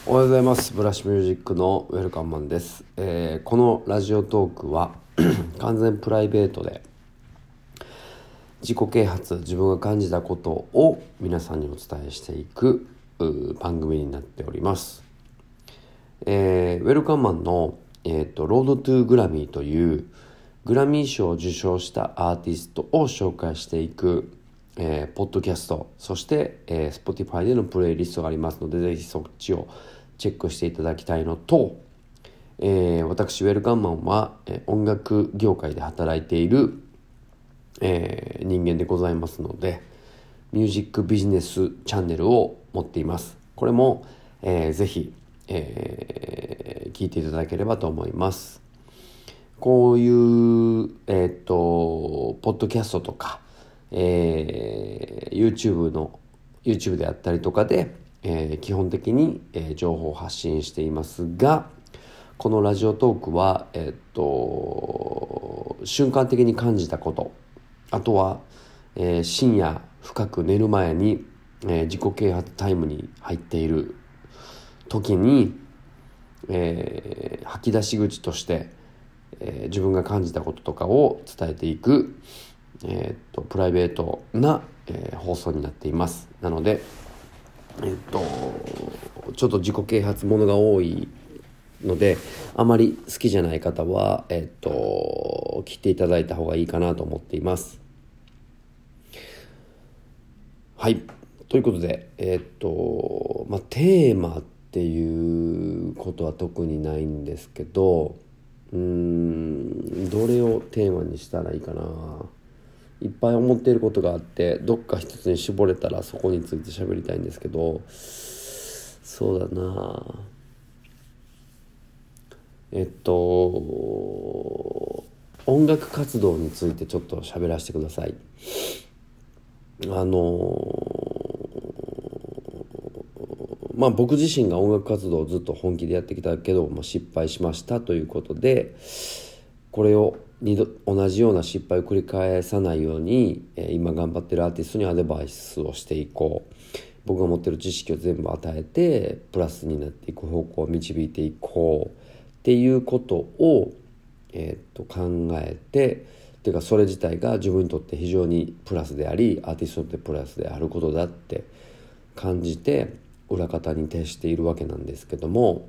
おはようございます。ブラッシュミュージックのウェルカムマンです。このラジオトークは完全プライベートで自己啓発、自分が感じたことを皆さんにお伝えしていく番組になっております。ウェルカムマンの、ロードトゥグラミーというグラミー賞を受賞したアーティストを紹介していくポッドキャスト、そして、Spotify でのプレイリストがありますので、ぜひそっちをチェックしていただきたいのと、私ウェルカムマンは、音楽業界で働いている、人間でございますので、ミュージックビジネスチャンネルを持っています。これも、ぜひ、聞いていただければと思います。こういう、ポッドキャストとか、YouTube であったりとかで、基本的に、情報を発信していますが、このラジオトークは、瞬間的に感じたこと、あとは、深夜深く寝る前に、自己啓発タイムに入っている時に、吐き出し口として、自分が感じたこととかを伝えていく、プライベートな、放送になっています。なので、ちょっと自己啓発ものが多いので、あまり好きじゃない方は、聞いていただいた方がいいかなと思っています。はい、ということで、テーマっていうことは特にないんですけど、どれをテーマにしたらいいかな。いっぱい思っていることがあって、どっか一つに絞れたらそこについて喋りたいんですけど、そうだな、音楽活動についてちょっと喋らせてください。僕自身が音楽活動をずっと本気でやってきたけど、失敗しましたということで、これを同じような失敗を繰り返さないように、今頑張ってるアーティストにアドバイスをしていこう、僕が持ってる知識を全部与えてプラスになっていく方向を導いていこうっていうことを、考えて、てかそれ自体が自分にとって非常にプラスであり、アーティストにとってプラスであることだって感じて裏方に徹しているわけなんですけども、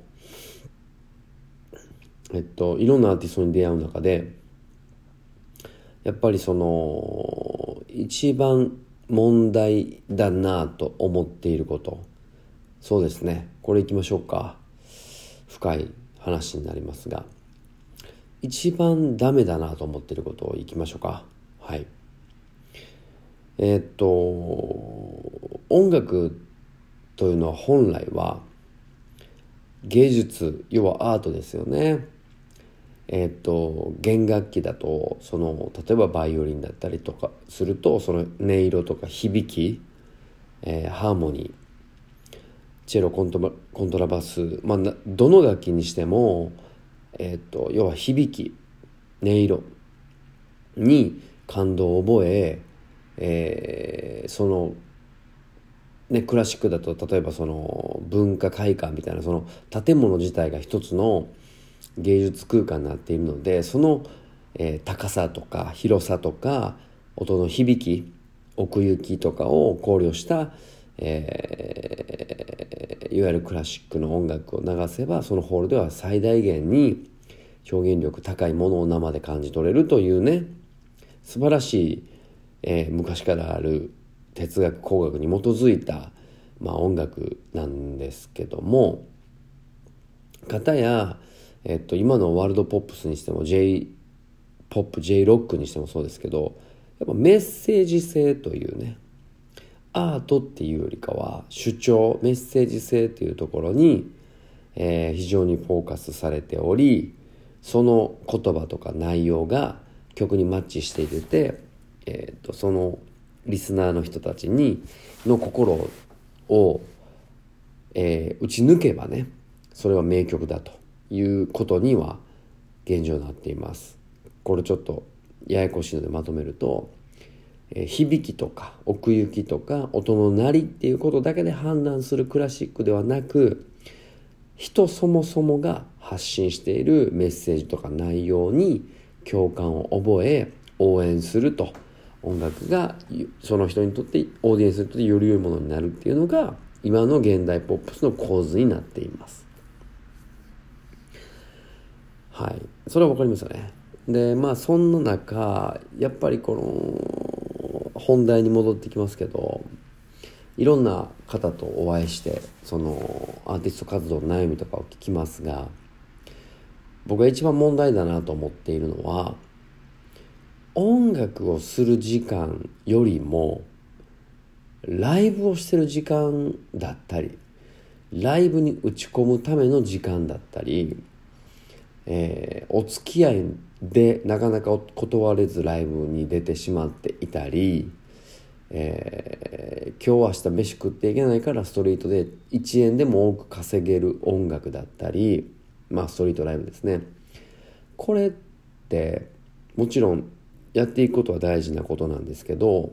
いろんなアーティストに出会う中で、やっぱりその一番問題だなと思っていること、そうですね、これいきましょうか。深い話になりますが、一番ダメだなと思っていることをいきましょうか。はい。音楽というのは本来は芸術、要はアートですよね。弦楽器だと例えばバイオリンだったりとかすると、その音色とか響き、ハーモニー、チェロ、コントラバス、どの楽器にしても、要は響き、音色に感動を覚え、クラシックだと例えばその文化会館みたいな、その建物自体が一つの芸術空間になっているので、その、高さとか広さとか音の響き、奥行きとかを考慮した、いわゆるクラシックの音楽を流せば、そのホールでは最大限に表現力高いものを生で感じ取れるというね、素晴らしい、昔からある哲学工学に基づいた、音楽なんですけども、片や今のワールドポップスにしても J-POP、J-ROCK にしてもそうですけど、やっぱメッセージ性というね、アートっていうよりかは主張、メッセージ性というところに、非常にフォーカスされており、その言葉とか内容が曲にマッチしていて、そのリスナーの人たちの心を、打ち抜けばね、それは名曲だということには現状になっています。これちょっとややこしいのでまとめると、響きとか奥行きとか音の鳴りっていうことだけで判断するクラシックではなく、 人そもそもが発信しているメッセージとか内容に共感を覚え応援すると、音楽がその人にとってオーディエンスにとってより良いものになるっていうのが今の現代ポップスの構図になっています。はい、それは分かりますよね。でそんな中やっぱりこの本題に戻ってきますけど、いろんな方とお会いしてそのアーティスト活動の悩みとかを聞きますが、僕が一番問題だなと思っているのは、音楽をする時間よりもライブをしてる時間だったり、ライブに打ち込むための時間だったり、お付き合いでなかなか断れずライブに出てしまっていたり、今日明日飯食っていけないからストリートで1円でも多く稼げる音楽だったり、ストリートライブですね。これってもちろんやっていくことは大事なことなんですけど、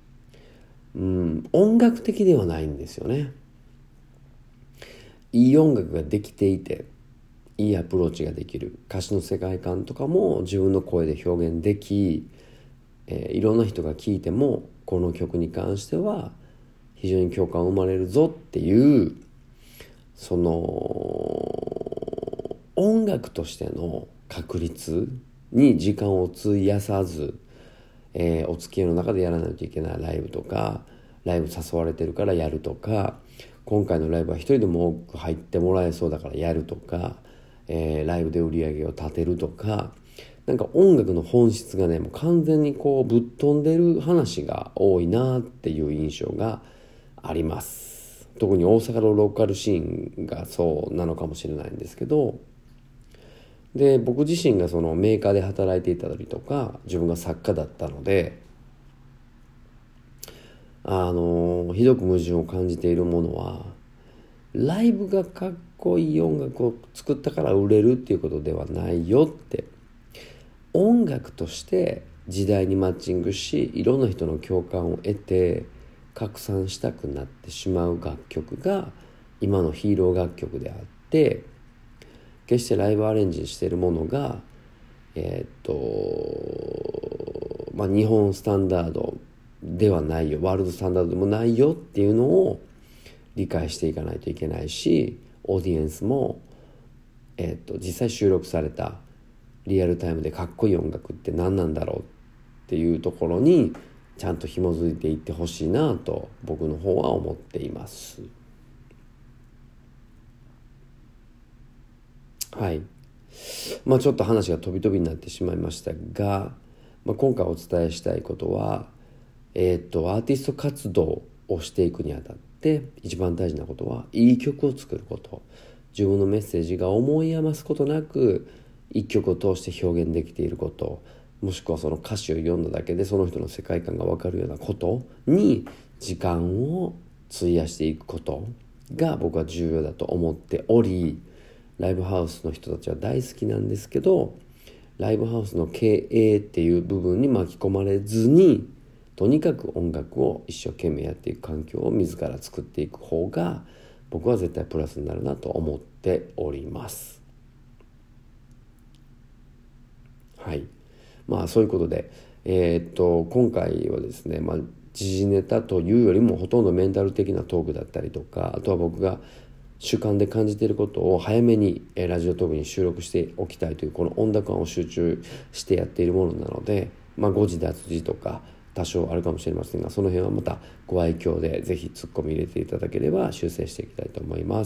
音楽的ではないんですよね。いい音楽ができていて、いいアプローチができる、歌詞の世界観とかも自分の声で表現でき、いろんな人が聴いてもこの曲に関しては非常に共感生まれるぞっていう、その音楽としての確率に時間を費やさず、お付き合いの中でやらないといけないライブとか、ライブ誘われてるからやるとか、今回のライブは一人でも多く入ってもらえそうだからやるとか、ライブで売り上げを立てるとか、なんか音楽の本質がね、もう完全にこうぶっ飛んでる話が多いなっていう印象があります。特に大阪のローカルシーンがそうなのかもしれないんですけど、で僕自身がそのメーカーで働いていたりとか、自分が作家だったので、ひどく矛盾を感じているものは、ライブがかっこいい音楽を作ったから売れるっていうことではないよって。音楽として時代にマッチングし、いろんな人の共感を得て拡散したくなってしまう楽曲が今のヒーロー楽曲であって、決してライブアレンジしているものが日本スタンダードではないよ、ワールドスタンダードでもないよっていうのを理解していかないといけないし、オーディエンスも、実際収録されたリアルタイムでかっこいい音楽って何なんだろうっていうところにちゃんと紐づいていってほしいなと僕の方は思っています。はい、ちょっと話が飛び飛びになってしまいましたが、今回お伝えしたいことは、アーティスト活動をしていくにあたって一番大事なことは、いい曲を作ること、自分のメッセージが思い余すことなく一曲を通して表現できていること、もしくはその歌詞を読んだだけでその人の世界観が分かるようなことに時間を費やしていくことが僕は重要だと思っており、ライブハウスの人たちは大好きなんですけど、ライブハウスの経営っていう部分に巻き込まれずに、とにかく音楽を一生懸命やっていく環境を自ら作っていく方が僕は絶対プラスになるなと思っております。はい、そういうことで、今回はですね、時事ネタというよりもほとんどメンタル的なトークだったりとか、あとは僕が主観で感じていることを早めにラジオトークに収録しておきたいという、この温度感を集中してやっているものなので、誤字脱字とか多少あるかもしれませんが、その辺はまたご愛嬌でぜひツッコミ入れていただければ修正していきたいと思います。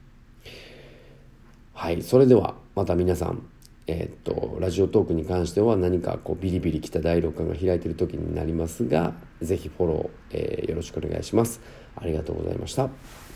はい、それではまた皆さん、ラジオトークに関しては何かビリビリきた第6巻が開いている時になりますが、ぜひフォロー、よろしくお願いします。ありがとうございました。